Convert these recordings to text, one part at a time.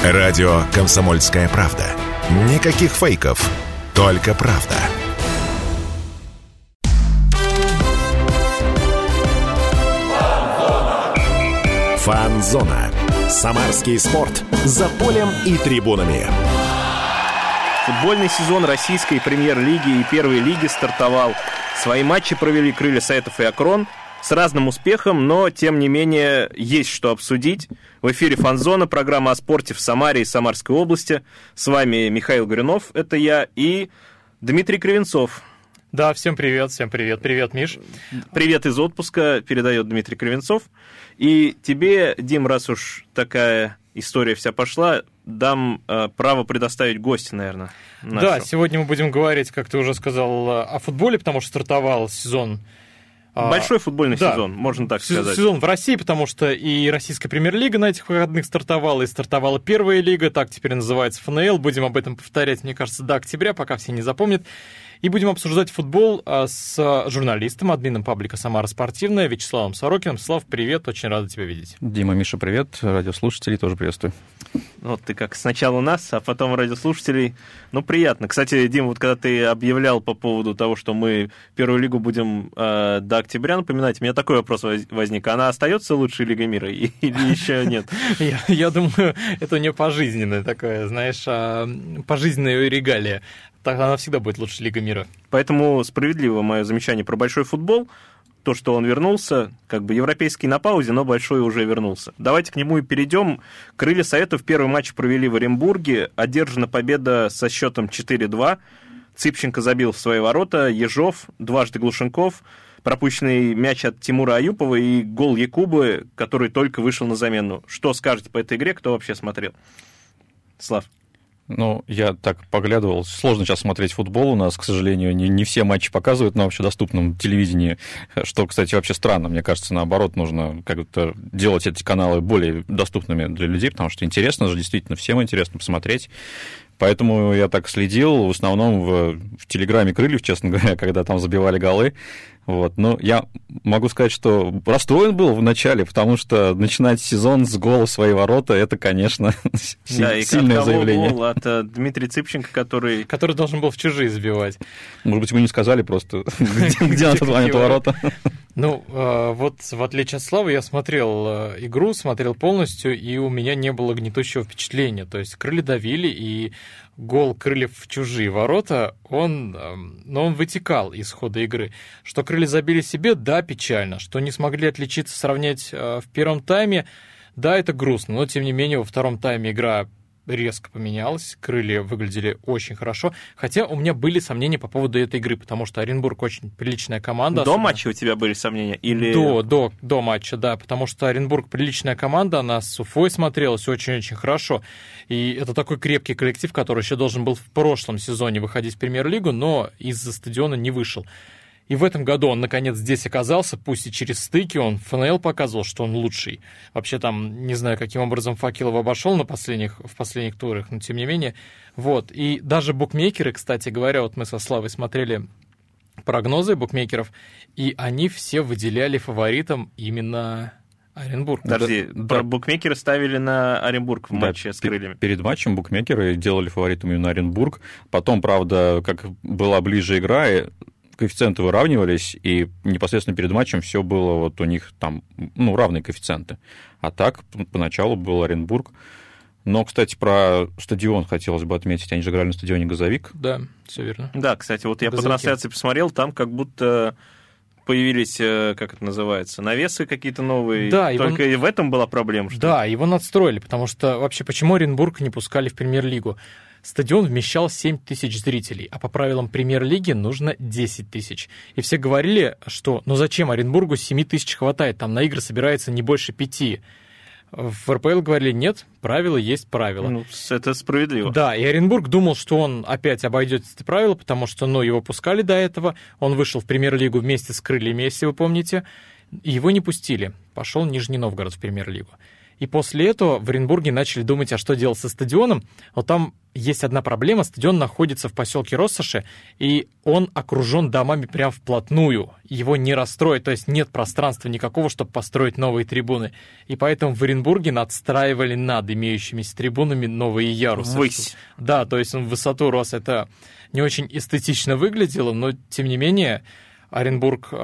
Радио «Комсомольская правда». Никаких фейков, только правда. Фан-зона. Самарский спорт. За полем и трибунами. Футбольный сезон российской премьер-лиги и первой лиги стартовал. Свои матчи провели «Крылья Советов» и «Акрон» с разным успехом, но, тем не менее, есть что обсудить. В эфире «Фан-зона», программа о спорте в Самаре и Самарской области. С вами Михаил Горюнов, это я, и Дмитрий Кривенцов. Да, всем привет. Привет, Миш. Привет из отпуска передает Дмитрий Кривенцов. И тебе, Дим, раз уж такая история вся пошла, дам право предоставить гостя, наверное. Да, сегодня мы будем говорить, как ты уже сказал, о футболе, потому что стартовал сезон. Большой футбольный сезон, можно так сказать. Сезон в России, потому что и российская премьер-лига на этих выходных стартовала, и стартовала первая лига, так теперь называется ФНЛ. Будем об этом повторять, мне кажется, до октября, пока все не запомнят. И будем обсуждать футбол с журналистом, админом паблика «Самара спортивная» Вячеславом Сорокиным. Слав, привет, очень рада тебя видеть. Дима, Миша, привет, радиослушателей тоже приветствую. Вот ты как сначала нас, а потом радиослушателей. Ну, приятно. Кстати, Дим, вот когда ты объявлял по поводу того, что мы первую лигу будем до октября напоминать, у меня такой вопрос возник. Она остается лучшей лигой мира или еще нет? Я думаю, это не пожизненное такое, знаешь, пожизненная регалия. Так она всегда будет лучшей лигой мира. Поэтому справедливо мое замечание про большой футбол. То, что он вернулся, как бы европейский на паузе, но большой уже вернулся. Давайте к нему и перейдем. «Крылья Советов» первый матч провели в Оренбурге. Одержана победа со счетом 4-2. Цыпченко забил в свои ворота. Ежов, дважды Глушенков. Пропущенный мяч от Тимура Аюпова и гол Якубы, который только вышел на замену. Что скажете по этой игре? Кто вообще смотрел? Слав. Ну, я так поглядывал. Сложно сейчас смотреть футбол. У нас, к сожалению, не все матчи показывают на общедоступном телевидении. Что, кстати, вообще странно. Мне кажется, наоборот, нужно как-то делать эти каналы более доступными для людей, потому что интересно же, действительно, всем интересно посмотреть. Поэтому я так следил, в основном в телеграме «Крыльев», честно говоря, когда там забивали голы. Вот. Но я могу сказать, что расстроен был в начале, потому что начинать сезон с гола в свои ворота, это, конечно, сильное заявление. Гол от Дмитрия Цыпченко, который должен был в чужие забивать. Может быть, мы не сказали просто, где на тот момент ворота. Ну, вот в отличие от Славы, я смотрел игру, смотрел полностью, и у меня не было гнетущего впечатления. То есть крылья давили, и гол Крыльев в чужие ворота, он вытекал из хода игры. Что крылья забили себе, да, печально. Что не смогли отличиться, сравнять в первом тайме, да, это грустно. Но, тем не менее, во втором тайме игра резко поменялась, крылья выглядели очень хорошо, хотя у меня были сомнения по поводу этой игры, потому что Оренбург очень приличная команда. До матча у тебя были сомнения? Или... До матча, да, потому что Оренбург приличная команда, она с Уфой смотрелась очень-очень хорошо, и это такой крепкий коллектив, который еще должен был в прошлом сезоне выходить в премьер-лигу, но из-за стадиона не вышел. И в этом году он, наконец, здесь оказался, пусть и через стыки, он в ФНЛ показывал, что он лучший. Вообще там, не знаю, каким образом Факелов обошел в последних турах, но тем не менее. Вот. И даже букмекеры, кстати говоря, вот мы со Славой смотрели прогнозы букмекеров, и они все выделяли фаворитом именно Оренбург. Подожди, букмекеры ставили на Оренбург в матче с крыльями. Перед матчем букмекеры делали фаворитом именно Оренбург. Потом, правда, как была ближе игра, коэффициенты выравнивались, и непосредственно перед матчем все было вот у них там, равные коэффициенты. А так, поначалу был Оренбург. Но, кстати, про стадион хотелось бы отметить. Они же играли на стадионе «Газовик». Да, все верно. Да, кстати, вот я по трансляции посмотрел, там как будто появились, как это называется, навесы какие-то новые. Да, только и в этом была проблема. Что да, его надстроили, потому что вообще почему Оренбург не пускали в премьер-лигу? Стадион вмещал 7 тысяч зрителей, а по правилам премьер-лиги нужно 10 тысяч. И все говорили, что зачем Оренбургу 7 тысяч хватает, там на игры собирается не больше 5. В РПЛ говорили, нет, правила есть правила. Это справедливо. Да, и Оренбург думал, что он опять обойдет эти правила, потому что, его пускали до этого, он вышел в премьер-лигу вместе с крыльями, если вы помните, и его не пустили. Пошел Нижний Новгород в премьер-лигу. И после этого в Оренбурге начали думать, а что делать со стадионом. Вот там есть одна проблема. Стадион находится в поселке Россоши, и он окружен домами прям вплотную. Его не расстроить, то есть нет пространства никакого, чтобы построить новые трибуны. И поэтому в Оренбурге надстраивали над имеющимися трибунами новые ярусы. Ввысь. Да, то есть он в высоту рос. Это не очень эстетично выглядело, но тем не менее Оренбург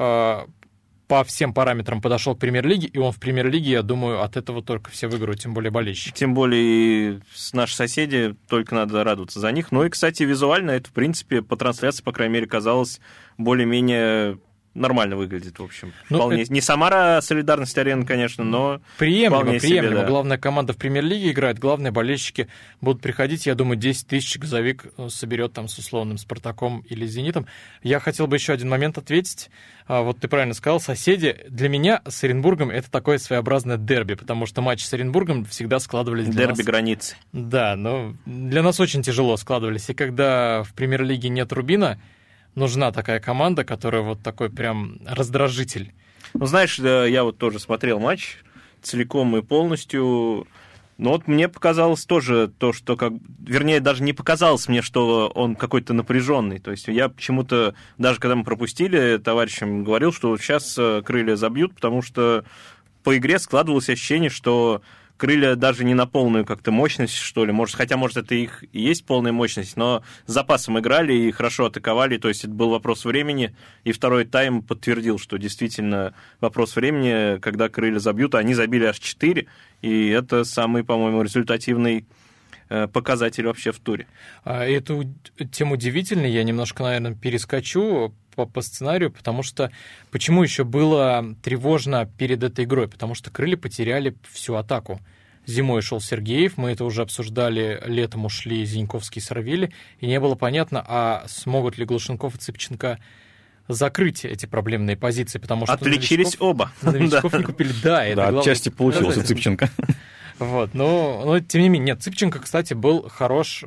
по всем параметрам подошел к премьер-лиге, и он в премьер-лиге, я думаю, от этого только все выиграют, тем более болельщики. Тем более наши соседи, только надо радоваться за них. Ну и, кстати, визуально это, в принципе, по трансляции, по крайней мере, казалось более-менее нормально выглядит, в общем. Вполне. Не Самара Солидарность-арена, конечно, но приемлемо. Себе, да. Главная команда в премьер-лиге играет, главные болельщики будут приходить. Я думаю, 10 тысяч газовик соберет там с условным «Спартаком» или «Зенитом». Я хотел бы еще один момент ответить. Вот ты правильно сказал, соседи. Для меня с Оренбургом это такое своеобразное дерби, потому что матчи с Оренбургом всегда складывались для нас... Дерби границы. Да, но для нас очень тяжело складывались. И когда в премьер-лиге нет Рубина, нужна такая команда, которая вот такой прям раздражитель. Ну, знаешь, я вот тоже смотрел матч целиком и полностью. Но вот мне показалось тоже то, что вернее, даже не показалось мне, что он какой-то напряженный. То есть я почему-то, даже когда мы пропустили, товарищам говорил, что сейчас крылья забьют, потому что по игре складывалось ощущение, что крылья даже не на полную как-то мощность, что ли. Может, это их и есть полная мощность, но с запасом играли и хорошо атаковали. То есть это был вопрос времени. И второй тайм подтвердил, что действительно вопрос времени, когда крылья забьют. Они забили аж 4. И это самый, по-моему, результативный показатель вообще в туре. Эту тему удивительной. Я немножко, наверное, перескочу по сценарию, потому что почему еще было тревожно перед этой игрой? Потому что крылья потеряли всю атаку. Зимой шел Сергеев, мы это уже обсуждали, летом ушли Зиньковский и Сарвели, и не было понятно, а смогут ли Глушенков и Цыпченко закрыть эти проблемные позиции, потому что отличились оба. Новичков не купили. Да, это отчасти получилось у Цыпченко. Вот, но тем не менее, нет, Цыпченко, кстати, был хорош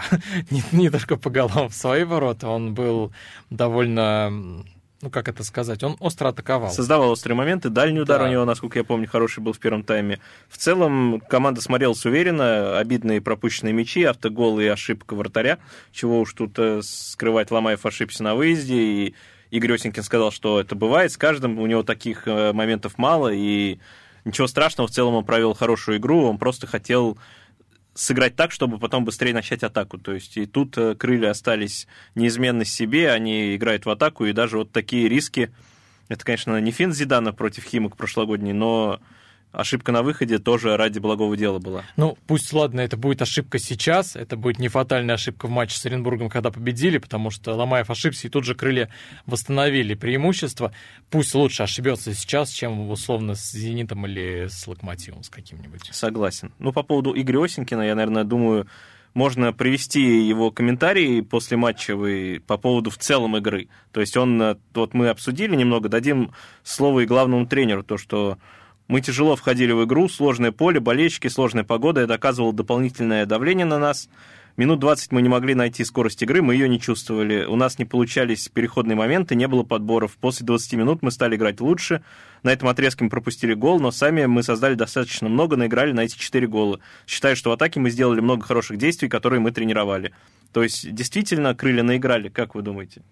не только по голам в свои ворота, он был довольно, ну как это сказать, он остро атаковал. Создавал острые моменты, дальний удар у него, насколько я помню, хороший был в первом тайме. В целом команда смотрелась уверенно, обидные пропущенные мячи, автогол и ошибка вратаря, чего уж тут скрывать, Ломаев ошибся на выезде, и Игорь Осенькин сказал, что это бывает с каждым, у него таких моментов мало, и ничего страшного, в целом он провел хорошую игру, он просто хотел сыграть так, чтобы потом быстрее начать атаку. То есть и тут крылья остались неизменно себе, они играют в атаку, и даже вот такие риски, это, конечно, не финт Зидана против Химок прошлогодний, но ошибка на выходе тоже ради благого дела была. Ну, пусть, ладно, это будет ошибка сейчас, это будет не фатальная ошибка в матче с Оренбургом, когда победили, потому что Ломаев ошибся, и тут же крылья восстановили преимущество. Пусть лучше ошибется сейчас, чем условно с «Зенитом» или с «Локомотивом», с каким-нибудь. Согласен. Ну, по поводу Игоря Осенькина, я, наверное, думаю, можно привести его комментарии после матчевый по поводу в целом игры. То есть вот мы обсудили немного, дадим слово и главному тренеру, то, что мы тяжело входили в игру, сложное поле, болельщики, сложная погода, это оказывало дополнительное давление на нас. Минут 20 мы не могли найти скорость игры, мы ее не чувствовали. У нас не получались переходные моменты, не было подборов. После 20 минут мы стали играть лучше. На этом отрезке мы пропустили гол, но сами мы создали достаточно много, наиграли на эти 4 гола. Считаю, что в атаке мы сделали много хороших действий, которые мы тренировали. То есть, действительно, крылья наиграли, как вы думаете?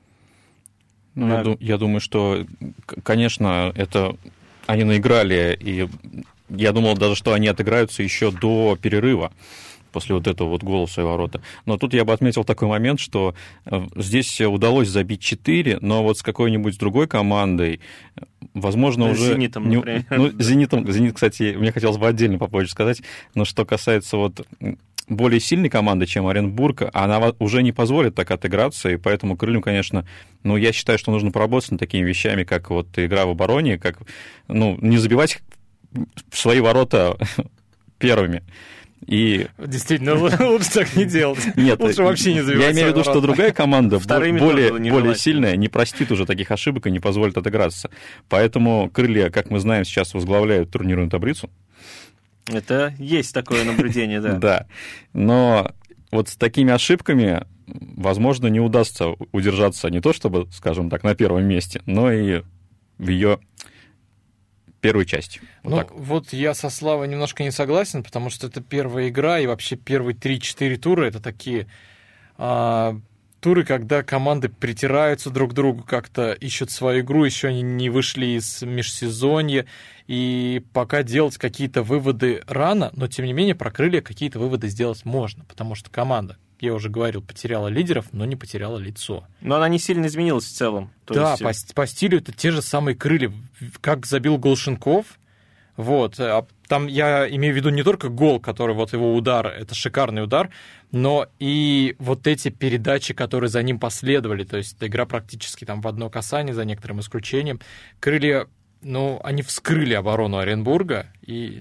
Ну, я думаю, что, конечно, это... Они наиграли, и я думал даже, что они отыграются еще до перерыва, после вот этого вот гола в свои ворота. Но тут я бы отметил такой момент, что здесь удалось забить 4, но вот с какой-нибудь другой командой, возможно, уже... «Зенитом», например. «Зенит», кстати, мне хотелось бы отдельно попозже сказать, но что касается вот более сильной команды, чем Оренбург, она уже не позволит так отыграться, и поэтому крыльям, конечно, я считаю, что нужно поработать над такими вещами, как вот игра в обороне, как, не забивать в свои ворота первыми. И... Действительно, лучше так не делать. Нет, лучше вообще не забивать. Я имею в виду, что другая команда, более сильная, не простит уже таких ошибок и не позволит отыграться. Поэтому крылья, как мы знаем, сейчас возглавляют турнирную таблицу. Это есть такое наблюдение, да. Да, но вот с такими ошибками, возможно, не удастся удержаться не то чтобы, скажем так, на первом месте, но и в ее первой части. Вот я со Славой немножко не согласен, потому что это первая игра, и вообще первые 3-4 тура — это такие туры, когда команды притираются друг к другу, как-то ищут свою игру, еще они не вышли из межсезонья, и пока делать какие-то выводы рано, но тем не менее про Крылья какие-то выводы сделать можно, потому что команда, я уже говорил, потеряла лидеров, но не потеряла лицо. Но она не сильно изменилась в целом. По стилю это те же самые Крылья. Как забил гол Шинков, вот, там я имею в виду не только гол, который вот его удар, это шикарный удар, но и вот эти передачи, которые за ним последовали, то есть игра практически там в одно касание, за некоторым исключением. Крылья, они вскрыли оборону Оренбурга, и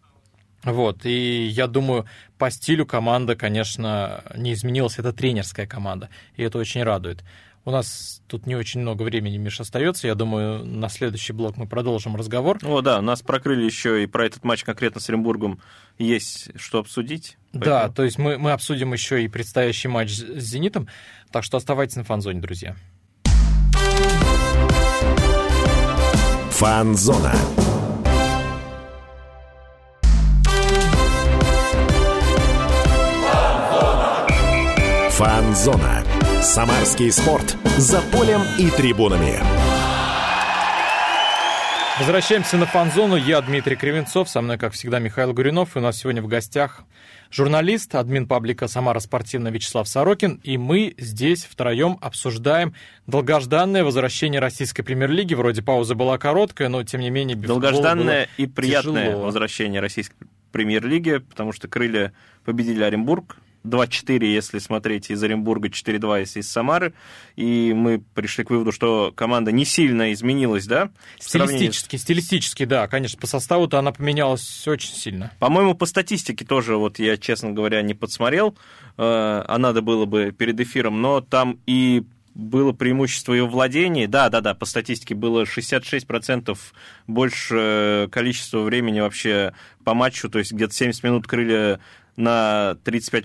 я думаю, по стилю команда, конечно, не изменилась, это тренерская команда, и это очень радует. У нас тут не очень много времени, Миша, остается. Я думаю, на следующий блок мы продолжим разговор. Да, нас прокрыли еще и про этот матч конкретно с Оренбургом есть что обсудить. Поэтому... Да, то есть мы обсудим еще и предстоящий матч с «Зенитом». Так что оставайтесь на Фан-зоне, друзья. Фан-зона. Фан-зона. Самарский спорт. За полем и трибунами. Возвращаемся на Фан-зону. Я Дмитрий Кривенцов, со мной, как всегда, Михаил Гуринов. И у нас сегодня в гостях журналист, админ паблика «Самара Спортивная» Вячеслав Сорокин. И мы здесь втроем обсуждаем долгожданное возвращение российской премьер-лиги. Вроде пауза была короткая, но тем не менее... Долгожданное и приятное возвращение российской премьер-лиги, потому что «Крылья» победили Оренбург. 2-4, если смотреть из Оренбурга, 4-2, если из Самары. И мы пришли к выводу, что команда не сильно изменилась, да? Стилистически, да, конечно. По составу-то она поменялась очень сильно. По-моему, по статистике тоже, я, честно говоря, не подсмотрел, а надо было бы перед эфиром, но там и было преимущество и во владении. Да, по статистике было 66% больше количества времени вообще по матчу, то есть где-то 70 минут «Крылья» на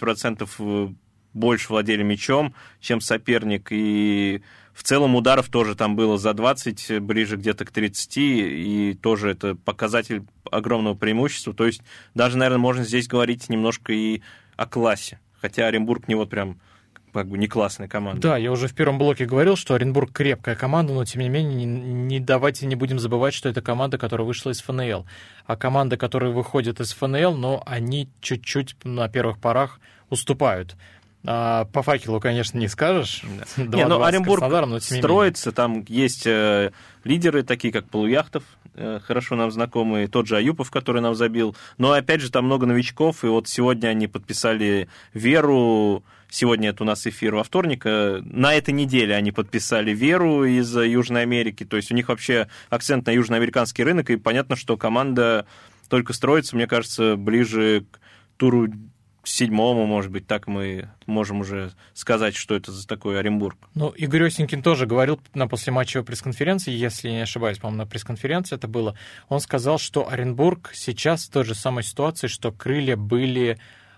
35% больше владели мячом, чем соперник, и в целом ударов тоже там было за 20, ближе где-то к 30, и тоже это показатель огромного преимущества, то есть даже, наверное, можно здесь говорить немножко и о классе, хотя Оренбург не прям не классная команда. Да, я уже в первом блоке говорил, что Оренбург крепкая команда, но тем не менее давайте не будем забывать, что это команда, которая вышла из ФНЛ. А команды, которые выходят из ФНЛ, но они чуть-чуть на первых порах уступают. По факелу, конечно, не скажешь. Но Оренбург строится, там есть лидеры, такие как Полуяхтов, хорошо нам знакомые, тот же Аюпов, который нам забил. Но, опять же, там много новичков, и сегодня они подписали Веру. Сегодня это у нас эфир во вторник. На этой неделе они подписали Веру из Южной Америки. То есть у них вообще акцент на южноамериканский рынок, и понятно, что команда только строится, мне кажется, ближе к туру 7-му, может быть, так мы можем уже сказать, что это за такой Оренбург. Игорь Осенькин тоже говорил на послематчевой пресс-конференции, если не ошибаюсь, по-моему, на пресс-конференции это было, он сказал, что Оренбург сейчас в той же самой ситуации, что «Крылья» были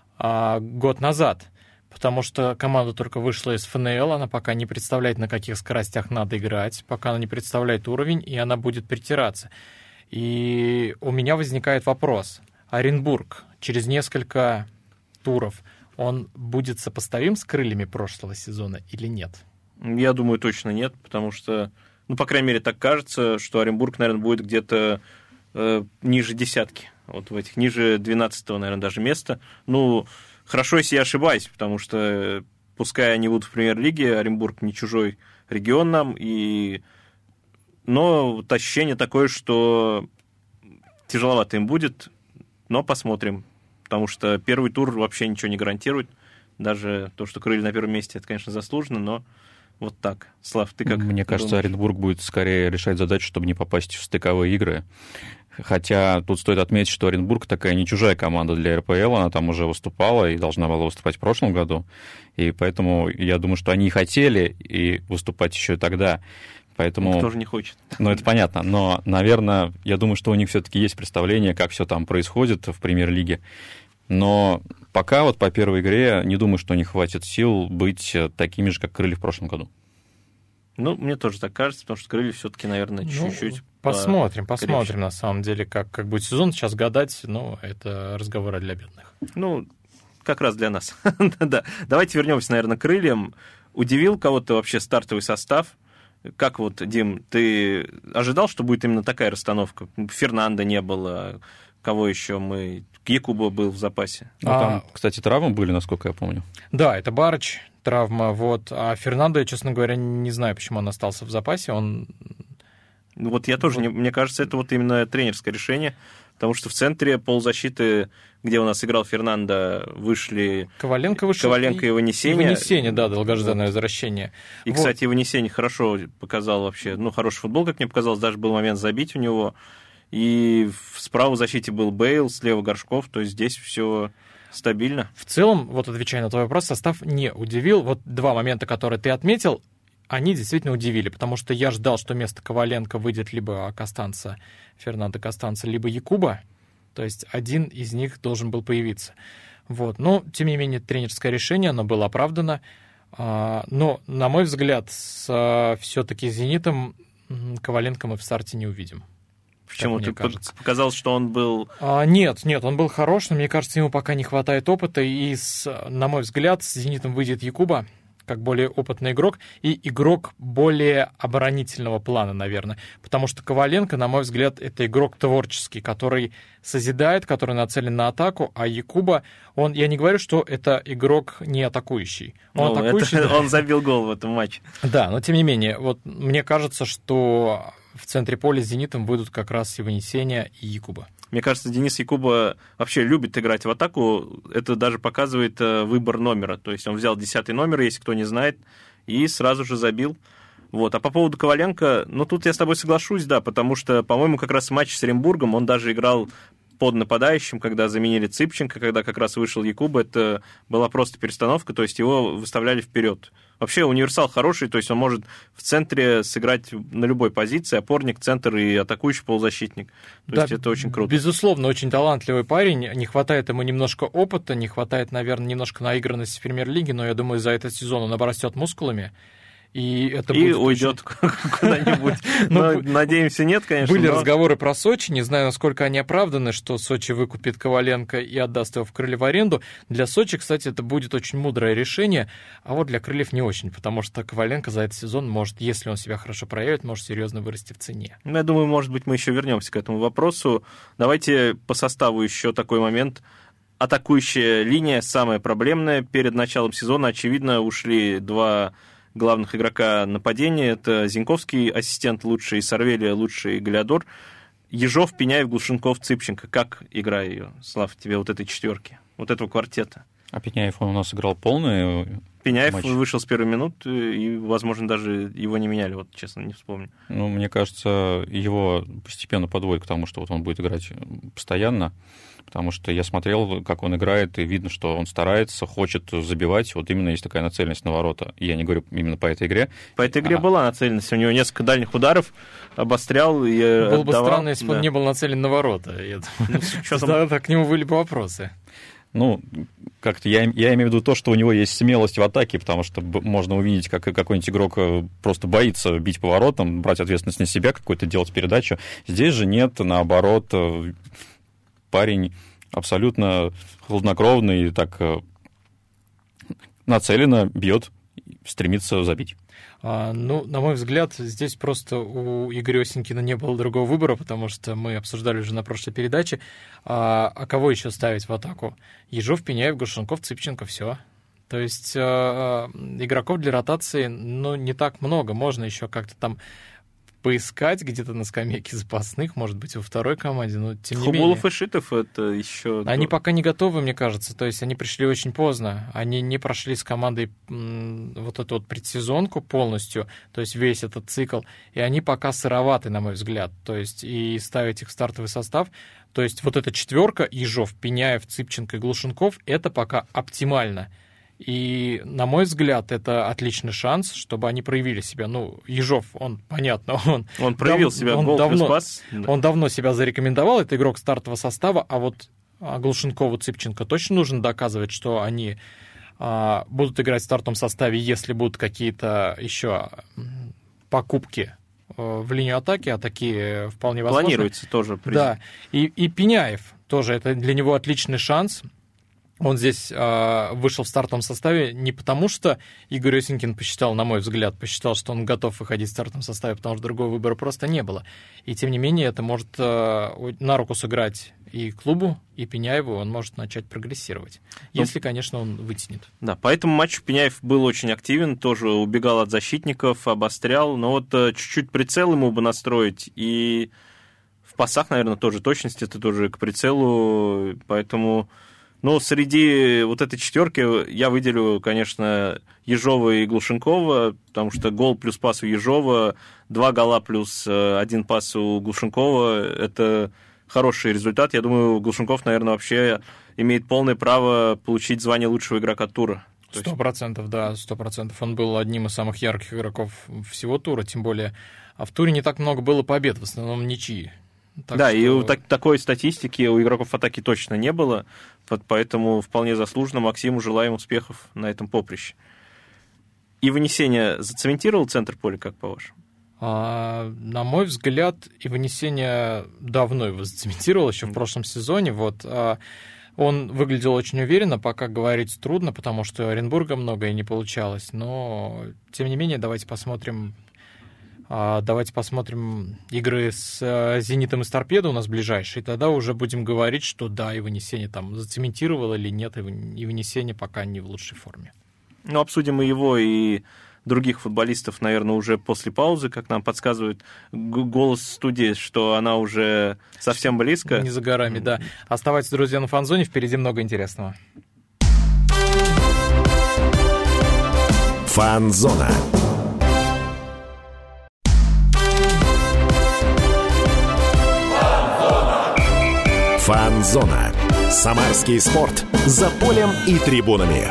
год назад. Потому что команда только вышла из ФНЛ, она пока не представляет, на каких скоростях надо играть, пока она не представляет уровень, и она будет притираться. И у меня возникает вопрос. Оренбург через несколько туров, он будет сопоставим с «Крыльями» прошлого сезона или нет? Я думаю, точно нет, потому что, по крайней мере, так кажется, что Оренбург, наверное, будет где-то ниже десятки, в этих, ниже 12-го, наверное, даже места. Хорошо, если я ошибаюсь, потому что пускай они будут в премьер-лиге, Оренбург не чужой регион нам, но ощущение такое, что тяжеловато им будет, но посмотрим, потому что первый тур вообще ничего не гарантирует, даже то, что «Крылья» на первом месте, это, конечно, заслуженно, но вот так. Слав, ты как Мне кажется, Оренбург будет скорее решать задачу, чтобы не попасть в стыковые игры. Хотя тут стоит отметить, что Оренбург такая не чужая команда для РПЛ, она там уже выступала и должна была выступать в прошлом году, и поэтому я думаю, что они хотели и выступать еще и тогда. Поэтому... Никто же не хочет. Это понятно, но, наверное, я думаю, что у них все-таки есть представление, как все там происходит в премьер-лиге. Но пока по первой игре не думаю, что не хватит сил быть такими же, как «Крылья» в прошлом году. Ну, мне тоже так кажется, потому что крылья все-таки, наверное, чуть-чуть... Посмотрим, на самом деле, как будет сезон. Сейчас гадать, это разговоры для бедных. Ну, как раз для нас. Да. Давайте вернемся, наверное, к крыльям. Удивил кого-то вообще стартовый состав? Как вот, Дим, ты ожидал, что будет именно такая расстановка? Фернандо не было, кого еще мы... Якуба был в запасе. Там, кстати, травмы были, насколько я помню. Да, это Барыч, травма, А Фернандо, я, честно говоря, не знаю, почему он остался в запасе. Вот я тоже, мне кажется, это вот именно тренерское решение, потому что в центре полузащиты, где у нас играл Фернандо, вышли Коваленко и Ванесеня. И Ванесеня, да, долгожданное возвращение. И, кстати, Ванесеня хорошо показал вообще, хороший футбол, как мне показалось, даже был момент забить у него. И справа в защите был Бейл, слева Горшков, то есть здесь все стабильно. В целом, отвечая на твой вопрос, состав не удивил. Два момента, которые ты отметил, они действительно удивили, потому что я ждал, что вместо Коваленко выйдет либо Фернандо Костанца, либо Якуба, то есть один из них должен был появиться. Но, тем не менее, тренерское решение, оно было оправдано. Но, на мой взгляд, все-таки с «Зенитом» Коваленко мы в старте не увидим. Почему? Ты показалось, что он был... Нет, он был хорош, но мне кажется, ему пока не хватает опыта, и, на мой взгляд, с «Зенитом» выйдет Якуба, как более опытный игрок, и игрок более оборонительного плана, наверное. Потому что Коваленко, на мой взгляд, это игрок творческий, который созидает, который нацелен на атаку, а Якуба, я не говорю, что это игрок не атакующий. Он атакующий. Он забил гол в этом матче. Да, но тем не менее, мне кажется, что в центре поля с «Зенитом» выйдут как раз и Ванесеня, и Якуба. Мне кажется, Денис Якуба вообще любит играть в атаку. Это даже показывает выбор номера. То есть он взял 10-й номер, если кто не знает, и сразу же забил. А по поводу Коваленко, тут я с тобой соглашусь, да, потому что, по-моему, как раз матч с Оренбургом он даже играл под нападающим, когда заменили Цыпченко, когда как раз вышел Якуба, это была просто перестановка, то есть его выставляли вперед. Вообще универсал хороший, то есть он может в центре сыграть на любой позиции, опорник, центр и атакующий полузащитник. То есть это очень круто. Безусловно, очень талантливый парень, не хватает ему немножко опыта, не хватает, наверное, немножко наигранности в премьер-лиге, но я думаю, за этот сезон он обрастет мускулами. И уйдет куда-нибудь. Надеемся, нет, конечно. Были разговоры про Сочи, не знаю, насколько они оправданы, что Сочи выкупит Коваленко и отдаст его в крылья в аренду. Для Сочи, кстати, это будет очень мудрое решение, а для крыльев не очень, потому что Коваленко за этот сезон может, если он себя хорошо проявит, может серьезно вырасти в цене. Я думаю, может быть, мы еще вернемся к этому вопросу. Давайте по составу еще такой момент. Атакующая линия самая проблемная. Перед началом сезона, очевидно, ушли два главных игрока нападения. Это Зиньковский, ассистент лучший, Сарвелия лучший, Галиадор. Ежов, Пеняев, Глушенков, Цыпченко. Как игра ее, Слав, тебе этой четверки, этого квартета? А Пеняев он у нас играл полный Пеняев матч. Вышел с первой минуты, и, возможно, даже его не меняли, честно, не вспомню. Мне кажется, его постепенно подводят к тому, что он будет играть постоянно, потому что я смотрел, как он играет, и видно, что он старается, хочет забивать. Именно есть такая нацеленность на ворота. Я не говорю именно по этой игре. По этой игре была нацеленность. У него несколько дальних ударов, обострял и отдавал. Было бы странно, если бы он не был нацелен на ворота. Тогда к нему были бы вопросы. Как-то я имею в виду то, что у него есть смелость в атаке, потому что можно увидеть, как какой-нибудь игрок просто боится бить по воротам, брать ответственность на себя, какую-то делать передачу. Здесь же нет, наоборот, парень абсолютно хладнокровный, так нацеленно бьет, стремится забить. На мой взгляд, здесь просто у Игоря Осенькина не было другого выбора, потому что мы обсуждали уже на прошлой передаче, а кого еще ставить в атаку? Ежов, Пеняев, Глушенков, Цыпченко, все. То есть игроков для ротации, не так много. Можно еще как-то там поискать где-то на скамейке запасных, может быть, во второй команде, но тем не менее. Хубулов и Шитов это еще... Они пока не готовы, мне кажется, то есть они пришли очень поздно, они не прошли с командой эту предсезонку полностью, то есть весь этот цикл, и они пока сыроваты, на мой взгляд, то есть и ставить их в стартовый состав, то есть эта четверка, Ежов, Пеняев, Цыпченко и Глушенков, это пока оптимально. И, на мой взгляд, это отличный шанс, чтобы они проявили себя. Ежов, он, понятно, он проявил себя, гол плюс пас. Он давно себя зарекомендовал, это игрок стартового состава, а Глушенкову, Цыпченко точно нужно доказывать, что они будут играть в стартовом составе, если будут какие-то еще покупки в линию атаки, а такие вполне возможны. Планируется тоже. Да, и Пеняев тоже, это для него отличный шанс. Он здесь вышел в стартовом составе не потому, что Игорь Осенькин посчитал, на мой взгляд, что он готов выходить в стартовом составе, потому что другого выбора просто не было. И тем не менее, это может на руку сыграть и клубу, и Пеняеву, он может начать прогрессировать. Если, конечно, он вытянет. Да, по этому матчу Пеняев был очень активен, тоже убегал от защитников, обострял, но вот чуть-чуть прицел ему бы настроить, и в пасах, наверное, тоже точность, это тоже к прицелу, поэтому... Но среди вот этой четверки я выделю, конечно, Ежова и Глушенкова, потому что гол плюс пас у Ежова, 2 гола плюс 1 пас у Глушенкова – это хороший результат. Я думаю, Глушенков, наверное, вообще имеет полное право получить звание лучшего игрока тура. 100%, да, 100%. Он был одним из самых ярких игроков всего тура, тем более. А в туре не так много было побед, в основном ничьи. Да, что... и такой статистики у игроков атаки точно не было, поэтому вполне заслуженно Максиму желаем успехов на этом поприще. И вынесение зацементировал центр поля, как по-вашему? На мой взгляд, и вынесение давно его зацементировал, еще в прошлом сезоне. Он выглядел очень уверенно, пока говорить трудно, потому что у Оренбурга многое не получалось. Но, тем не менее, давайте посмотрим игры с «Зенитом» и с «Торпедо» у нас ближайшие, и тогда уже будем говорить, что да, и вынесение там зацементировало или нет, и вынесение пока не в лучшей форме. Ну, обсудим и его, и других футболистов, наверное, уже после паузы, как нам подсказывает голос студии, что она уже совсем близко. Не за горами, да. Оставайтесь, друзья, на Фан-зоне, впереди много интересного. Фан-зона. Фан-зона. Самарский спорт. За полем и трибунами.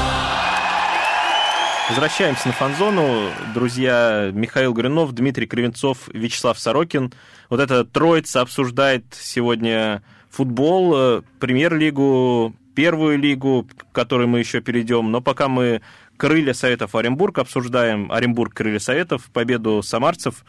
Возвращаемся на Фан-зону. Друзья, Михаил Горюнов, Дмитрий Кривенцов, Вячеслав Сорокин. Вот эта троица обсуждает сегодня футбол, премьер-лигу, первую лигу, к которой мы еще перейдем. Но пока мы крылья Советов Оренбург обсуждаем, Оренбург крылья Советов, победу самарцев.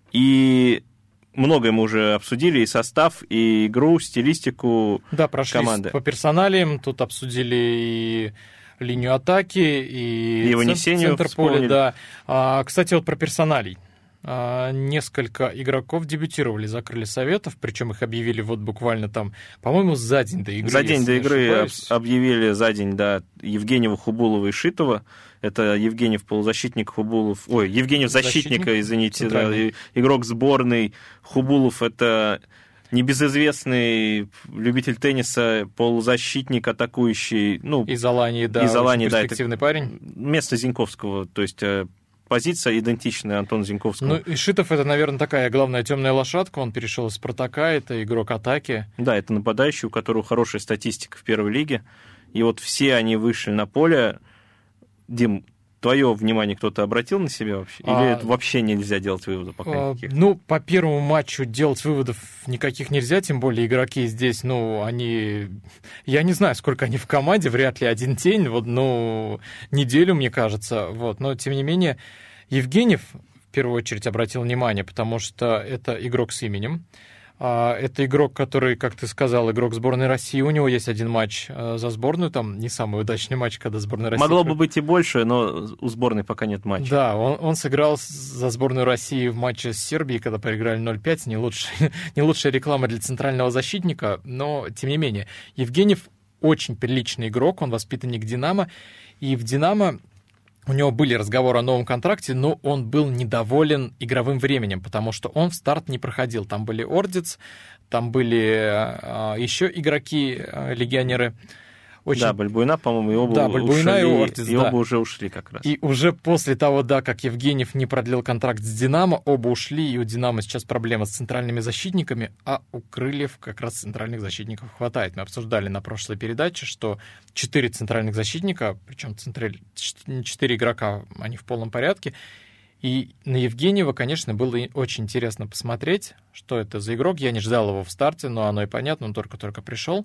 И многое мы уже обсудили, и состав, и игру, стилистику команды. Да, прошлись по персоналиям, тут обсудили и линию атаки, и центр поля. Да. Кстати, вот про персоналий. Несколько игроков дебютировали за крылья Советов, причем их объявили вот буквально там, по-моему, за день до игры. За день до игры объявили за день, да, Евгеньева, Хубулова и Шитова. Это Евгеньев полузащитник, Хубулов... Ой, Евгеньев защитника, извините, да, игрок сборной. Хубулов — это небезызвестный любитель тенниса, полузащитник, атакующий. Ну, из Алании, да, очень перспективный парень. Место Зиньковского, то есть позиция идентичная Антону Зиньковскому. Ну, и Шитов — это, наверное, такая главная темная лошадка. Он перешел из «Спартака», это игрок атаки. Да, это нападающий, у которого хорошая статистика в первой лиге. И вот все они вышли на поле. Дим, твое внимание кто-то обратил на себя вообще? Или это вообще нельзя делать выводов пока никаких? Ну, по первому матчу делать выводов никаких нельзя, тем более игроки здесь, они... Я не знаю, сколько они в команде, вряд ли один день, неделю, мне кажется. Но, тем не менее, Евгеньев в первую очередь обратил внимание, потому что это игрок с именем. Это игрок, который, как ты сказал, игрок сборной России. У него есть один матч за сборную, там не самый удачный матч, когда сборная России... Могло бы быть и больше, но у сборной пока нет матча. Да, он сыграл за сборную России в матче с Сербией, когда проиграли 0-5. Не лучшая реклама для центрального защитника, но, тем не менее, Евгеньев очень приличный игрок, он воспитанник «Динамо», и в «Динамо» у него были разговоры о новом контракте, но он был недоволен игровым временем, потому что он в старт не проходил. Там были Ордиц, там были еще игроки, легионеры. Да, Бальбуина, по-моему, и оба ушли, и Ордиц, оба уже ушли как раз. И уже после того, как Евгеньев не продлил контракт с «Динамо», оба ушли, и у «Динамо» сейчас проблема с центральными защитниками, а у крыльев как раз центральных защитников хватает. Мы обсуждали на прошлой передаче, что 4 центральных защитника, причем 4 игрока, они в полном порядке. И на Евгеньева, конечно, было очень интересно посмотреть, что это за игрок. Я не ждал его в старте, но оно и понятно, он только-только пришел.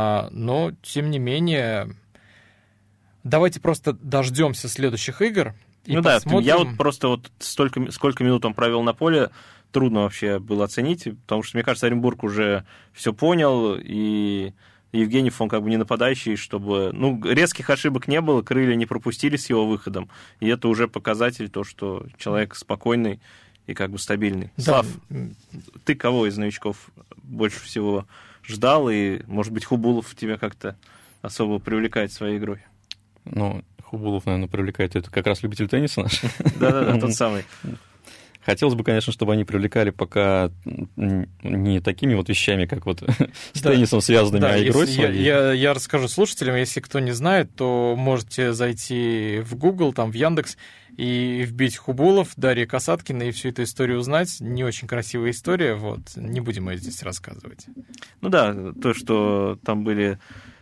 Но, тем не менее, давайте просто дождемся следующих игр, посмотрим. Я вот просто вот сколько минут он провел на поле, трудно вообще было оценить, потому что, мне кажется, Оренбург уже все понял, и Евгеньев, он как бы не нападающий, чтобы... резких ошибок не было, крылья не пропустили с его выходом, и это уже показатель, то, что человек спокойный и как бы стабильный. Да. Слав, ты кого из новичков больше всего ждал, и, может быть, Хубулов тебя как-то особо привлекает своей игрой? Хубулов, наверное, привлекает, это как раз любитель тенниса наш. Да-да-да, тот самый. Хотелось бы, конечно, чтобы они привлекали пока не такими вот вещами, как вот с теннисом связанными, а игрой своей. Я расскажу слушателям, если кто не знает, то можете зайти в Google, там в Яндекс, и вбить Хубулов, Дарья Касаткина, и всю эту историю узнать. Не очень красивая история, вот, не будем ее здесь рассказывать. То, что там были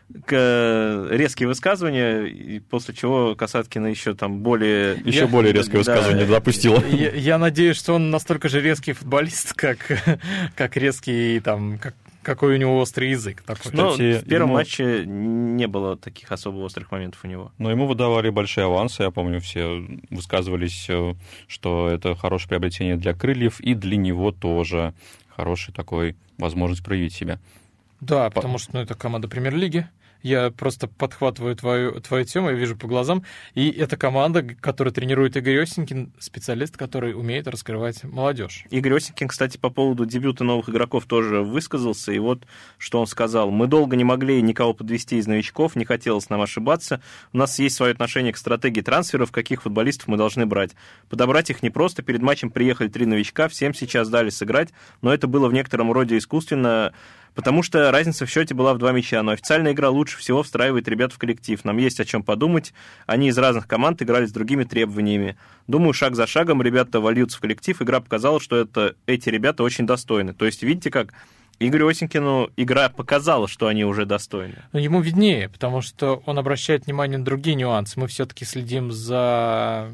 резкие высказывания, и после чего Касаткина еще там более резкое высказывание допустила. Я надеюсь, что он настолько же резкий футболист, как резкий, там, какой у него острый язык. Кстати, в первом матче не было таких особо острых моментов у него. Но ему выдавали большие авансы, я помню, все высказывались, что это хорошее приобретение для крыльев, и для него тоже хорошая такой возможность проявить себя. Да, потому что это команда Премьер-лиги. Я просто подхватываю твою тему, я вижу по глазам. И это команда, которую тренирует Игорь Осенькин, специалист, который умеет раскрывать молодежь. Игорь Осенькин, кстати, по поводу дебюта новых игроков тоже высказался. И вот что он сказал. «Мы долго не могли никого подвести из новичков, не хотелось нам ошибаться. У нас есть свое отношение к стратегии трансферов, каких футболистов мы должны брать. Подобрать их непросто. Перед матчем приехали 3 новичка, всем сейчас дали сыграть, но это было в некотором роде искусственно, потому что разница в счете была в 2 мяча, но официальная игра лучше всего встраивает ребят в коллектив. Нам есть о чем подумать. Они из разных команд играли с другими требованиями. Думаю, шаг за шагом ребята вольются в коллектив. Игра показала, что эти ребята очень достойны». То есть, видите, как Игорю Осенькину игра показала, что они уже достойны. Но ему виднее, потому что он обращает внимание на другие нюансы. Мы все-таки следим за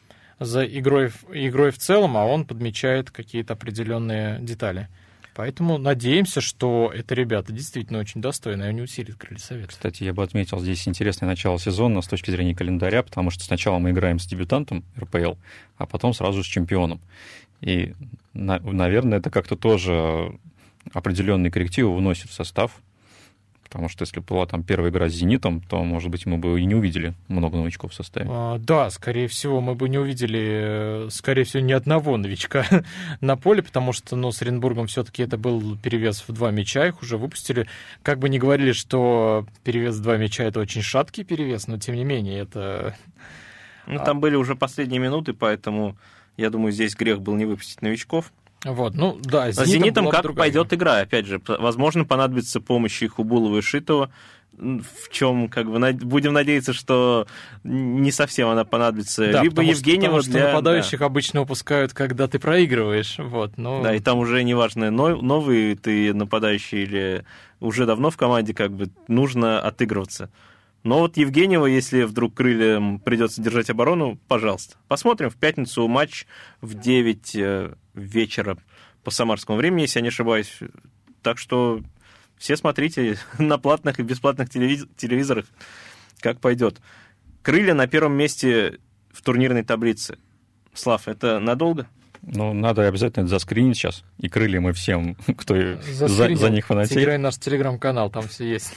игрой в целом, а он подмечает какие-то определенные детали. Поэтому надеемся, что это ребята действительно очень достойные, и они усилят крылья Совета. Кстати, я бы отметил здесь интересное начало сезона с точки зрения календаря, потому что сначала мы играем с дебютантом РПЛ, а потом сразу с чемпионом. И, наверное, это как-то тоже определенные коррективы вносит в состав, потому что если была там первая игра с «Зенитом», то, может быть, мы бы и не увидели много новичков в составе. Да, скорее всего, мы бы не увидели, ни одного новичка на поле, потому что, с Оренбургом все-таки это был перевес в 2 мяча, их уже выпустили. Как бы ни говорили, что перевес в 2 мяча — это очень шаткий перевес, но, тем не менее, это... Там были уже последние минуты, поэтому, я думаю, здесь грех был не выпустить новичков. Вот, да, с «Зенитом» как пойдет игра, опять же, возможно, понадобится помощь и Хубулова, и Шитова, в чем, будем надеяться, что не совсем она понадобится. Да, либо Евгеньева потому что нападающих обычно упускают, когда ты проигрываешь. Да, и там уже неважно, новый ты нападающий или уже давно в команде, нужно отыгрываться. Но вот Евгеньева, если вдруг крыльям придется держать оборону, пожалуйста. Посмотрим. В пятницу матч в 9 вечера по самарскому времени, если я не ошибаюсь. Так что все смотрите на платных и бесплатных телевизорах, как пойдет. Крылья на первом месте в турнирной таблице. Слав, это надолго? Надо обязательно это заскринить сейчас. И крыльям, и всем, кто за них фанатеет. Играй наш телеграм-канал, там все есть.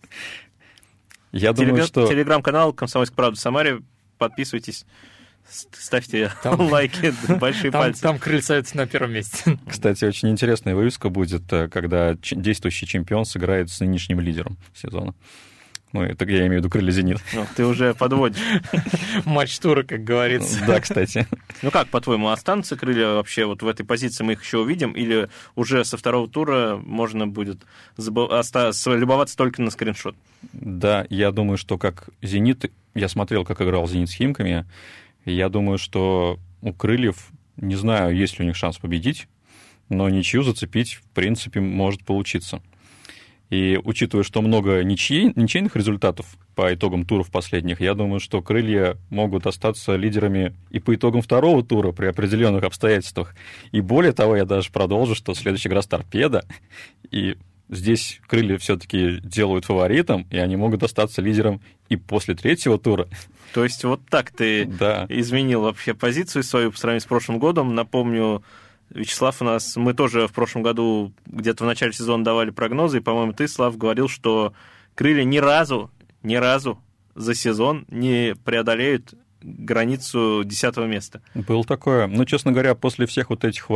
Я думаю, что... Телеграм-канал «Комсомольская правда» в Самаре. Подписывайтесь, ставьте лайки, большие пальцы. Там крылья Совета на первом месте. Кстати, очень интересная вывеска будет, когда действующий чемпион сыграет с нынешним лидером сезона. Это я имею в виду крылья «Зенит». Ты уже подводишь. Матч тура, как говорится. Да, кстати. Как, по-твоему, останутся крылья вообще в этой позиции, мы их еще увидим, или уже со второго тура можно будет любоваться только на скриншот? Да, я думаю, что как «Зенит», я смотрел, как играл «Зенит» с «Химками», и я думаю, что у крыльев, не знаю, есть ли у них шанс победить, но ничью зацепить, в принципе, может получиться. И учитывая, что много ничейных результатов по итогам туров последних, я думаю, что крылья могут остаться лидерами и по итогам второго тура при определенных обстоятельствах. И более того, я даже продолжу, что следующая игра с «Торпедо», и здесь крылья все-таки делают фаворитом, и они могут остаться лидером и после третьего тура. То есть вот так ты изменил вообще позицию свою по сравнению с прошлым годом. Напомню, Вячеслав, мы тоже в прошлом году где-то в начале сезона давали прогнозы, и, по-моему, ты, Слав, говорил, что крылья ни разу за сезон не преодолеют границу 10-го места. Было такое. Но, честно говоря, после всех вот этих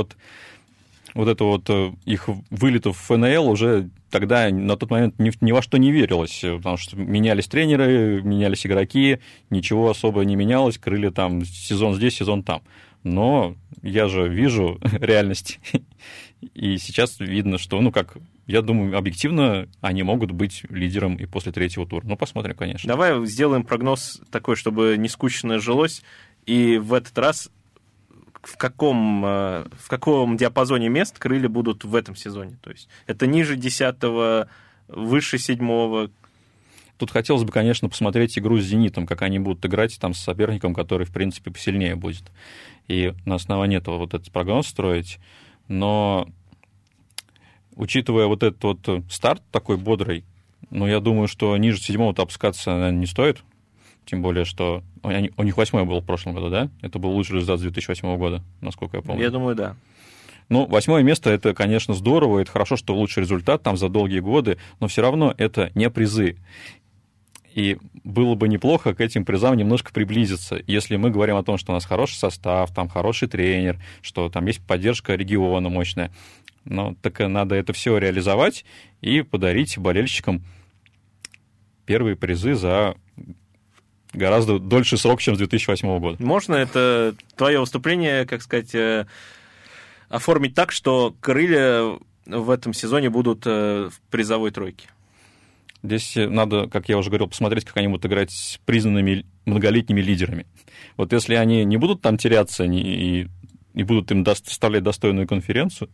их вылетов в ФНЛ уже тогда на тот момент ни во что не верилось, потому что менялись тренеры, менялись игроки, ничего особо не менялось, крылья там сезон здесь, сезон там. Но я же вижу реальность, и сейчас видно, что, я думаю, объективно они могут быть лидером и после третьего тура. Посмотрим, конечно. Давай сделаем прогноз такой, чтобы не скучно жилось, и в этот раз в каком диапазоне мест крылья будут в этом сезоне? То есть это ниже 10-го, выше 7-го? Тут хотелось бы, конечно, посмотреть игру с «Зенитом», как они будут играть там с соперником, который, в принципе, посильнее будет. И на основании этого этот прогноз строить. Но, учитывая этот старт такой бодрый, я думаю, что ниже 7-го опускаться, наверное, не стоит. Тем более, что у них 8-й был в прошлом году, да? Это был лучший результат с 2008 года, насколько я помню. Я думаю, да. 8-е место — это, конечно, здорово, это хорошо, что лучший результат там за долгие годы, но все равно это не призы. И было бы неплохо к этим призам немножко приблизиться. Если мы говорим о том, что у нас хороший состав, там хороший тренер, что там есть поддержка региона мощная, так надо это все реализовать и подарить болельщикам первые призы за гораздо дольше срок, чем с 2008 года. Можно это твое выступление, оформить так, что крылья в этом сезоне будут в призовой тройке? Здесь надо, как я уже говорил, посмотреть, как они будут играть с признанными многолетними лидерами. Если они не будут там теряться и будут им составлять достойную конкуренцию,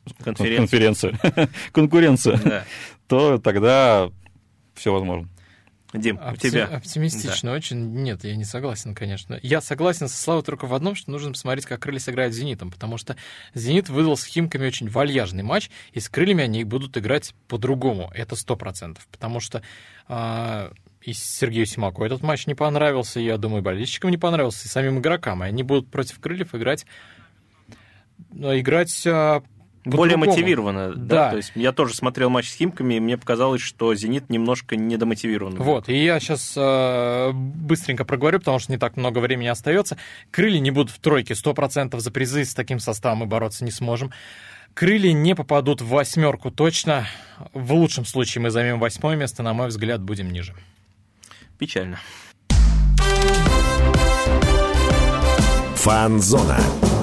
да, то тогда все возможно. Дим, у тебя? Оптимистично очень. Нет, я не согласен, конечно. Я согласен со Славой только в одном, что нужно посмотреть, как крылья сыграют с «Зенитом», потому что «Зенит» выдал с «Химками» очень вальяжный матч, и с крыльями они будут играть по-другому. Это 100%. Потому что и Сергею Симаку этот матч не понравился, и, я думаю, болельщикам не понравился, и самим игрокам. И они будут против крыльев играть более мотивированно, да. То есть я тоже смотрел матч с «Химками», и мне показалось, что «Зенит» немножко недомотивирован. Вот, и я сейчас быстренько проговорю, потому что не так много времени остается. Крылья не будут в тройке 100%, за призы с таким составом мы бороться не сможем. Крылья не попадут в 8-ку точно. В лучшем случае мы займем 8-е место, на мой взгляд, будем ниже. Печально. Фан-зона.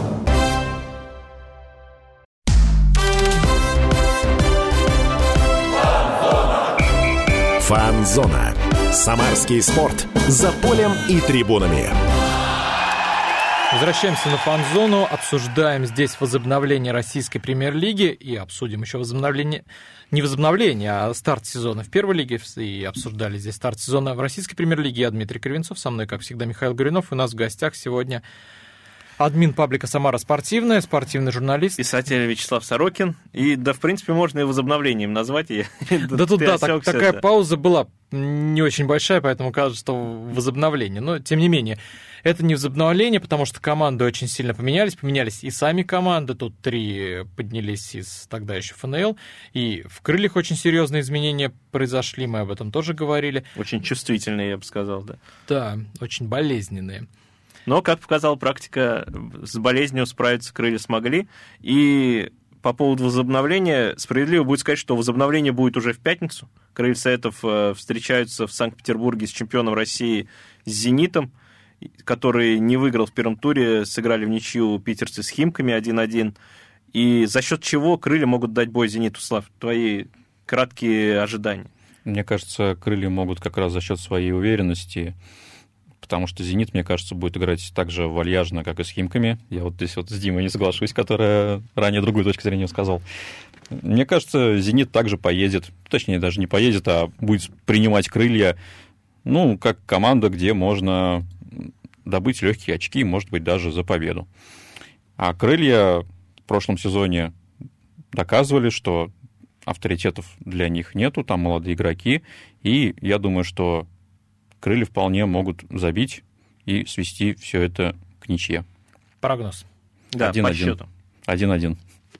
Фан-зона. Самарский спорт. За полем и трибунами. Возвращаемся на фан-зону, обсуждаем здесь возобновление российской премьер-лиги и обсудим еще не возобновление, а старт сезона в первой лиге. И обсуждали здесь старт сезона в российской премьер-лиге. Я Дмитрий Кривенцов, со мной, как всегда, Михаил Горюнов. У нас в гостях сегодня админ паблика «Самара Спортивная», спортивный журналист. Писатель Вячеслав Сорокин. И, в принципе, можно и возобновлением назвать. Такая пауза была не очень большая, поэтому кажется, что возобновление. Но, тем не менее, это не возобновление, потому что команды очень сильно поменялись и сами команды. Тут 3 поднялись из тогда еще ФНЛ. И в крыльях очень серьезные изменения произошли, мы об этом тоже говорили. Очень чувствительные, я бы сказал, да. Да, очень болезненные. Но, как показала практика, с болезнью справиться крылья смогли. И по поводу возобновления, справедливо будет сказать, что возобновление будет уже в пятницу. Крылья Советов встречаются в Санкт-Петербурге с чемпионом России, с «Зенитом», который не выиграл в первом туре, сыграли в ничью питерцы с «Химками» 1-1. И за счет чего крылья могут дать бой «Зениту», Слав? Твои краткие ожидания. Мне кажется, крылья могут как раз за счет своей уверенности, потому что «Зенит», мне кажется, будет играть так же вальяжно, как и с «Химками». Я здесь с Димой не соглашусь, который ранее другую точку зрения сказал. Мне кажется, «Зенит» также поедет, точнее, даже не поедет, а будет принимать крылья, как команда, где можно добыть легкие очки, может быть, даже за победу. А крылья в прошлом сезоне доказывали, что авторитетов для них нету, там молодые игроки, и я думаю, что крылья вполне могут забить и свести все это к ничье. Прогноз. Да, 1-1. по счету. 1-1.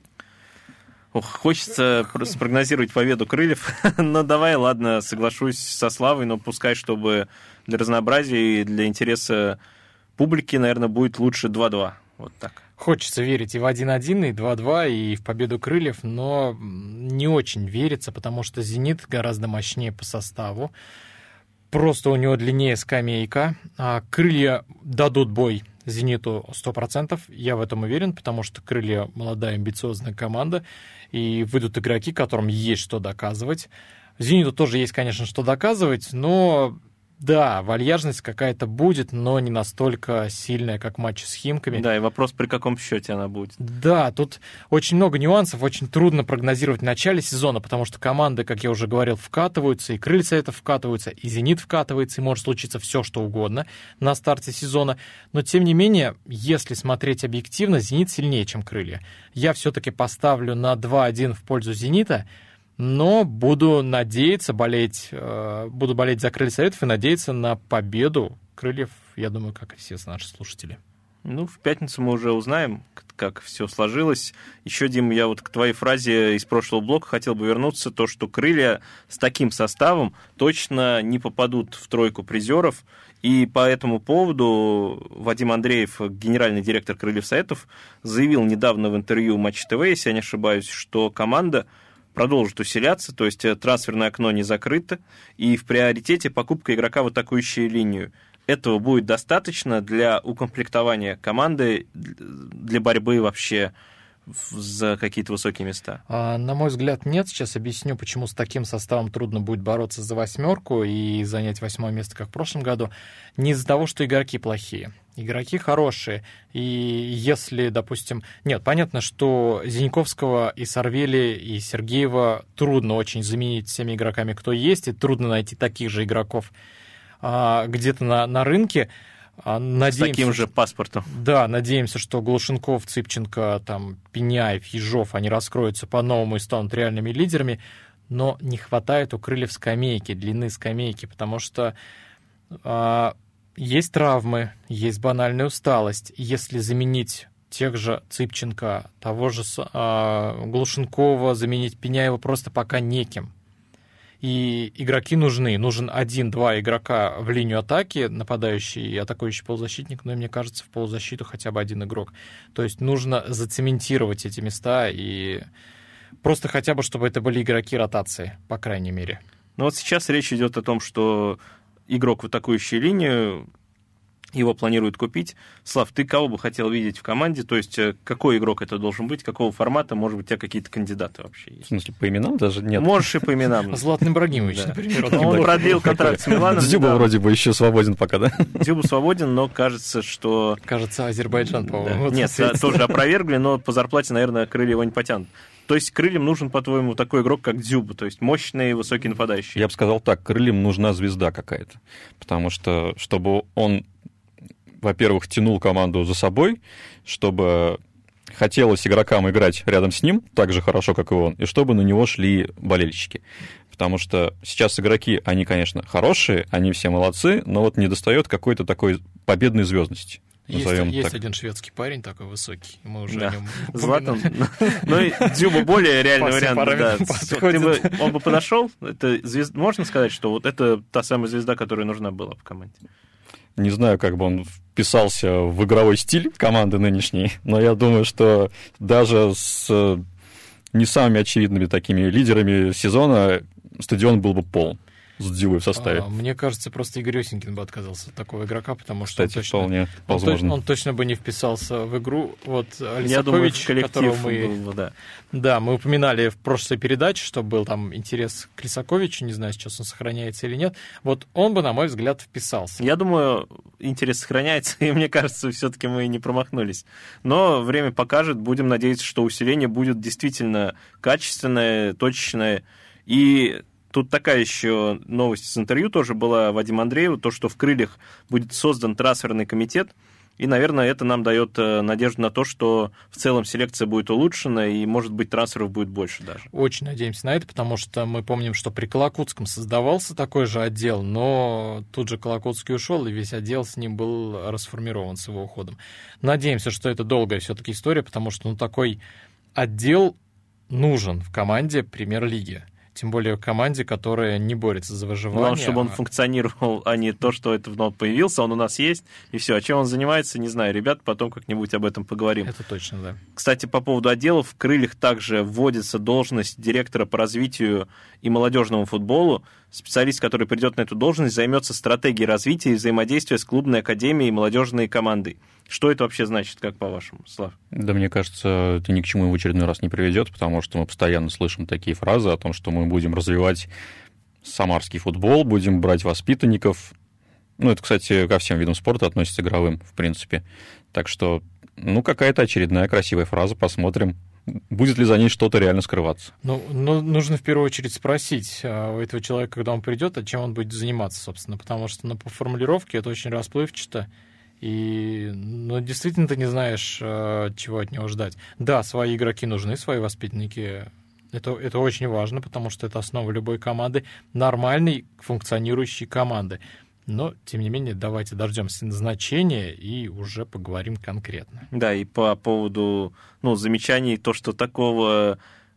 Ох, хочется спрогнозировать победу крыльев, но давай, ладно, соглашусь со Славой, но пускай, чтобы для разнообразия и для интереса публики, наверное, будет лучше 2-2. Вот так. Хочется верить и в 1-1, и 2-2, и в победу крыльев, но не очень верится, потому что «Зенит» гораздо мощнее по составу. Просто у него длиннее скамейка. А крылья дадут бой «Зениту» 100%. Я в этом уверен, потому что крылья молодая, амбициозная команда, и выйдут игроки, которым есть что доказывать. «Зениту» тоже есть, конечно, что доказывать, но да, вальяжность какая-то будет, но не настолько сильная, как матч с «Химками». Да, и вопрос, при каком счете она будет. Да, тут очень много нюансов, очень трудно прогнозировать в начале сезона, потому что команды, как я уже говорил, вкатываются, и крылья Советов вкатываются, и «Зенит» вкатывается, и может случиться все, что угодно на старте сезона. Но, тем не менее, если смотреть объективно, «Зенит» сильнее, чем крылья. Я все-таки поставлю на 2-1 в пользу «Зенита», но буду надеяться, болеть за крылья Советов и надеяться на победу крыльев, я думаю, как и все наши слушатели. Ну, в пятницу мы уже узнаем, как все сложилось. Еще, Дим, я вот к твоей фразе из прошлого блока хотел бы вернуться, то, что крылья с таким составом точно не попадут в тройку призеров, и по этому поводу Вадим Андреев, генеральный директор крыльев Советов, заявил недавно в интервью Матч ТВ, если я не ошибаюсь, что команда продолжит усиляться, то есть трансферное окно не закрыто, и в приоритете покупка игрока в атакующую линию. Этого будет достаточно для укомплектования команды, для борьбы вообще за какие-то высокие места? На мой взгляд, нет. Сейчас объясню, почему с таким составом трудно будет бороться за 8 и занять 8 место, как в прошлом году. Не из-за того, что игроки плохие. Игроки хорошие. И если, допустим... Нет, понятно, что Зиньковского и Сарвели, и Сергеева трудно очень заменить всеми игроками, кто есть, и трудно найти таких же игроков где-то на рынке. Надеемся, с таким же паспортом. Да, надеемся, что Глушенков, Цыпченко, там, Пеняев, Ежов, они раскроются по-новому и станут реальными лидерами, но не хватает у крыльев скамейки, длины скамейки, потому что есть травмы, есть банальная усталость. Если заменить тех же Цыпченко, того же Глушенкова, заменить Пеняева просто пока неким. И игроки нужны. Нужен 1-2 игрока в линию атаки, нападающий и атакующий полузащитник, но, мне кажется, в полузащиту хотя бы один игрок. То есть нужно зацементировать эти места и просто хотя бы, чтобы это были игроки ротации, по крайней мере. Ну вот сейчас речь идет о том, что игрок в атакующей линии, его планируют купить. Слав, ты кого бы хотел видеть в команде? То есть какой игрок это должен быть, какого формата? Может быть, у тебя какие-то кандидаты вообще есть? В смысле, по именам даже нет? Можешь и по именам. Златан Ибрагимович, например. Он продлил контракт с Миланом. Дзюба вроде бы еще свободен пока, да? Дзюба свободен, но кажется, что... Кажется, Азербайджан, по-моему. Нет, тоже опровергли, но по зарплате, наверное, крылья его не потянут. То есть крыльям нужен, по-твоему, такой игрок, как Дзюба, то есть мощный, высокий нападающий? Я бы сказал так, крыльям нужна звезда какая-то, потому что, чтобы он, во-первых, тянул команду за собой, чтобы хотелось игрокам играть рядом с ним так же хорошо, как и он, и чтобы на него шли болельщики. Потому что сейчас игроки, они, конечно, хорошие, они все молодцы, но вот недостает какой-то такой победной звездности. Есть один шведский парень такой высокий, мы уже о нем Златан. Ну и Дзюба более реальный вариант. Он бы подошел? Можно сказать, что вот это та самая звезда, которая нужна была в команде? Не знаю, как бы он вписался в игровой стиль команды нынешней, но я думаю, что даже с не самыми очевидными такими лидерами сезона стадион был бы полон с Дзюбой в составе. Мне кажется, просто Игорь Осенькин бы отказался от такого игрока, потому что вполне возможно. Он точно бы не вписался в игру. Вот Лисакович, которого мы... Да, мы упоминали в прошлой передаче, что был там интерес к Лисаковичу, не знаю, сейчас он сохраняется или нет. Вот он бы, на мой взгляд, вписался. Я думаю, интерес сохраняется, и мне кажется, все-таки мы не промахнулись. Но время покажет, будем надеяться, что усиление будет действительно качественное, точечное. И тут такая еще новость с интервью тоже была Вадима Андреева, то, что в «Крыльях» будет создан трансферный комитет, И, наверное, это нам дает надежду на то, что в целом селекция будет улучшена, и, может быть, трансферов будет больше даже. Очень надеемся на это, потому что мы помним, что при Колокутском создавался такой же отдел, но тут же Колокутский ушел, и весь отдел с ним был расформирован с его уходом. Надеемся, что это долгая все-таки история, потому что такой отдел нужен в команде Премьер-лиги. Тем более в команде, которая не борется за выживание. Главное, чтобы он функционировал, а не то, что это появился, он у нас есть, и все. А чем он занимается, не знаю. Ребят, потом как-нибудь об этом поговорим. Это точно, да. Кстати, по поводу отделов, в «Крыльях» также вводится должность директора по развитию и молодежному футболу. Специалист, который придет на эту должность, займется стратегией развития и взаимодействия с клубной академией и молодежной командой. Что это вообще значит, как по-вашему, Слав? Да, мне кажется, это ни к чему в очередной раз не приведет, потому что мы постоянно слышим такие фразы о том, что мы будем развивать самарский футбол, будем брать воспитанников. Это, кстати, ко всем видам спорта относится, игровым, в принципе. Так что, какая-то очередная красивая фраза, посмотрим. Будет ли за ней что-то реально скрываться? Нужно в первую очередь спросить у этого человека, когда он придет, чем он будет заниматься, собственно, потому что по формулировке это очень расплывчато, и действительно ты не знаешь, чего от него ждать. Да, свои игроки нужны, свои воспитанники. Это очень важно, потому что это основа любой команды, нормальной функционирующей команды. Но, тем не менее, давайте дождемся назначения и уже поговорим конкретно. Да, и по поводу замечаний, то, что такого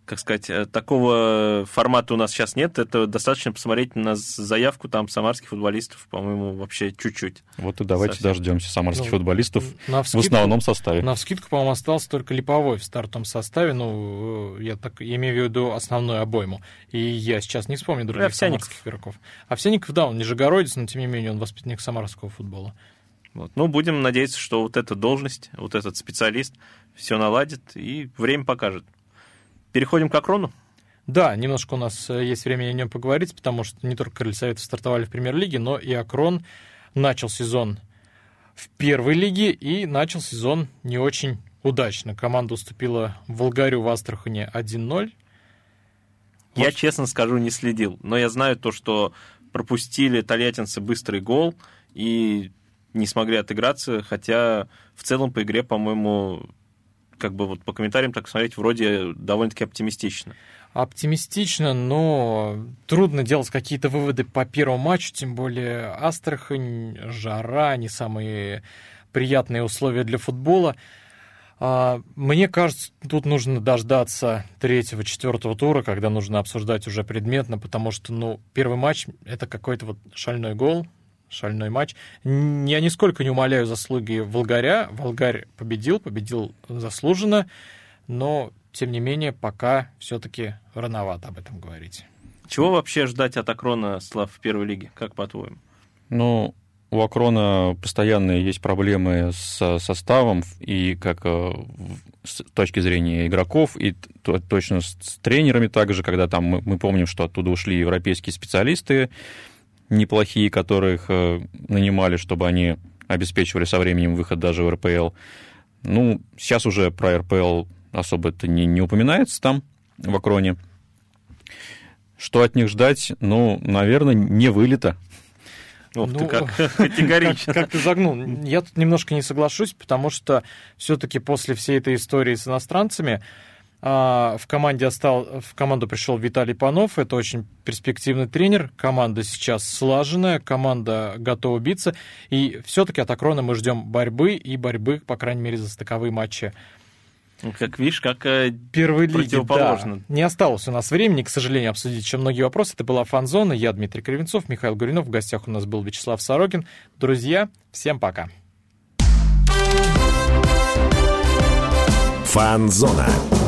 формата у нас сейчас нет, это достаточно посмотреть на заявку там самарских футболистов, по-моему, вообще чуть-чуть. Вот и давайте дождемся самарских футболистов в основном составе. Навскидку, по-моему, остался только Липовой в стартовом составе, я имею в виду основную обойму. И я сейчас не вспомню других самарских игроков. Овсянников, да, он нижегородец, но тем не менее он воспитанник самарского футбола. Будем надеяться, что вот эта должность, вот этот специалист все наладит, и время покажет. Переходим к Акрону? Да, немножко у нас есть время о нем поговорить, потому что не только «Крылья Советов» стартовали в Премьер-лиге, но и Акрон начал сезон в первой лиге и начал сезон не очень удачно. Команда уступила Волгарю в Астрахани 1-0. Я, честно скажу, не следил, но я знаю то, что пропустили тольяттинцы быстрый гол и не смогли отыграться, хотя в целом по игре, по-моему, по комментариям так смотреть, вроде довольно-таки оптимистично. Оптимистично, но трудно делать какие-то выводы по первому матчу, тем более Астрахань, жара, не самые приятные условия для футбола. Мне кажется, тут нужно дождаться 3-4 тура, когда нужно обсуждать уже предметно, потому что, первый матч — это какой-то шальной гол, шальной матч. Я нисколько не умаляю заслуги Волгаря. Волгарь победил заслуженно, но, тем не менее, пока все-таки рановато об этом говорить. Чего вообще ждать от Акрона, Слав, в первой лиге? Как по-твоему? У Акрона постоянно есть проблемы с составом, и как с точки зрения игроков, и точно с тренерами также, когда там мы помним, что оттуда ушли европейские специалисты, неплохие, которых нанимали, чтобы они обеспечивали со временем выход даже в РПЛ. Сейчас уже про РПЛ особо это не упоминается там, в Акроне. Что от них ждать? Наверное, не вылета. Ты как категорично. Как ты загнул. Я тут немножко не соглашусь, потому что все-таки после всей этой истории с иностранцами в команду пришел Виталий Панов, это очень перспективный тренер, команда сейчас слаженная, команда готова биться, и все-таки от Акрона мы ждем борьбы, по крайней мере, за стыковые матчи. Как видишь, как первой лиги, противоположно. Да. Не осталось у нас времени, к сожалению, обсудить еще многие вопросы. Это была «Фан-зона», я Дмитрий Кривенцов, Михаил Гуринов, в гостях у нас был Вячеслав Сорокин. Друзья, всем пока. «Фан-зона».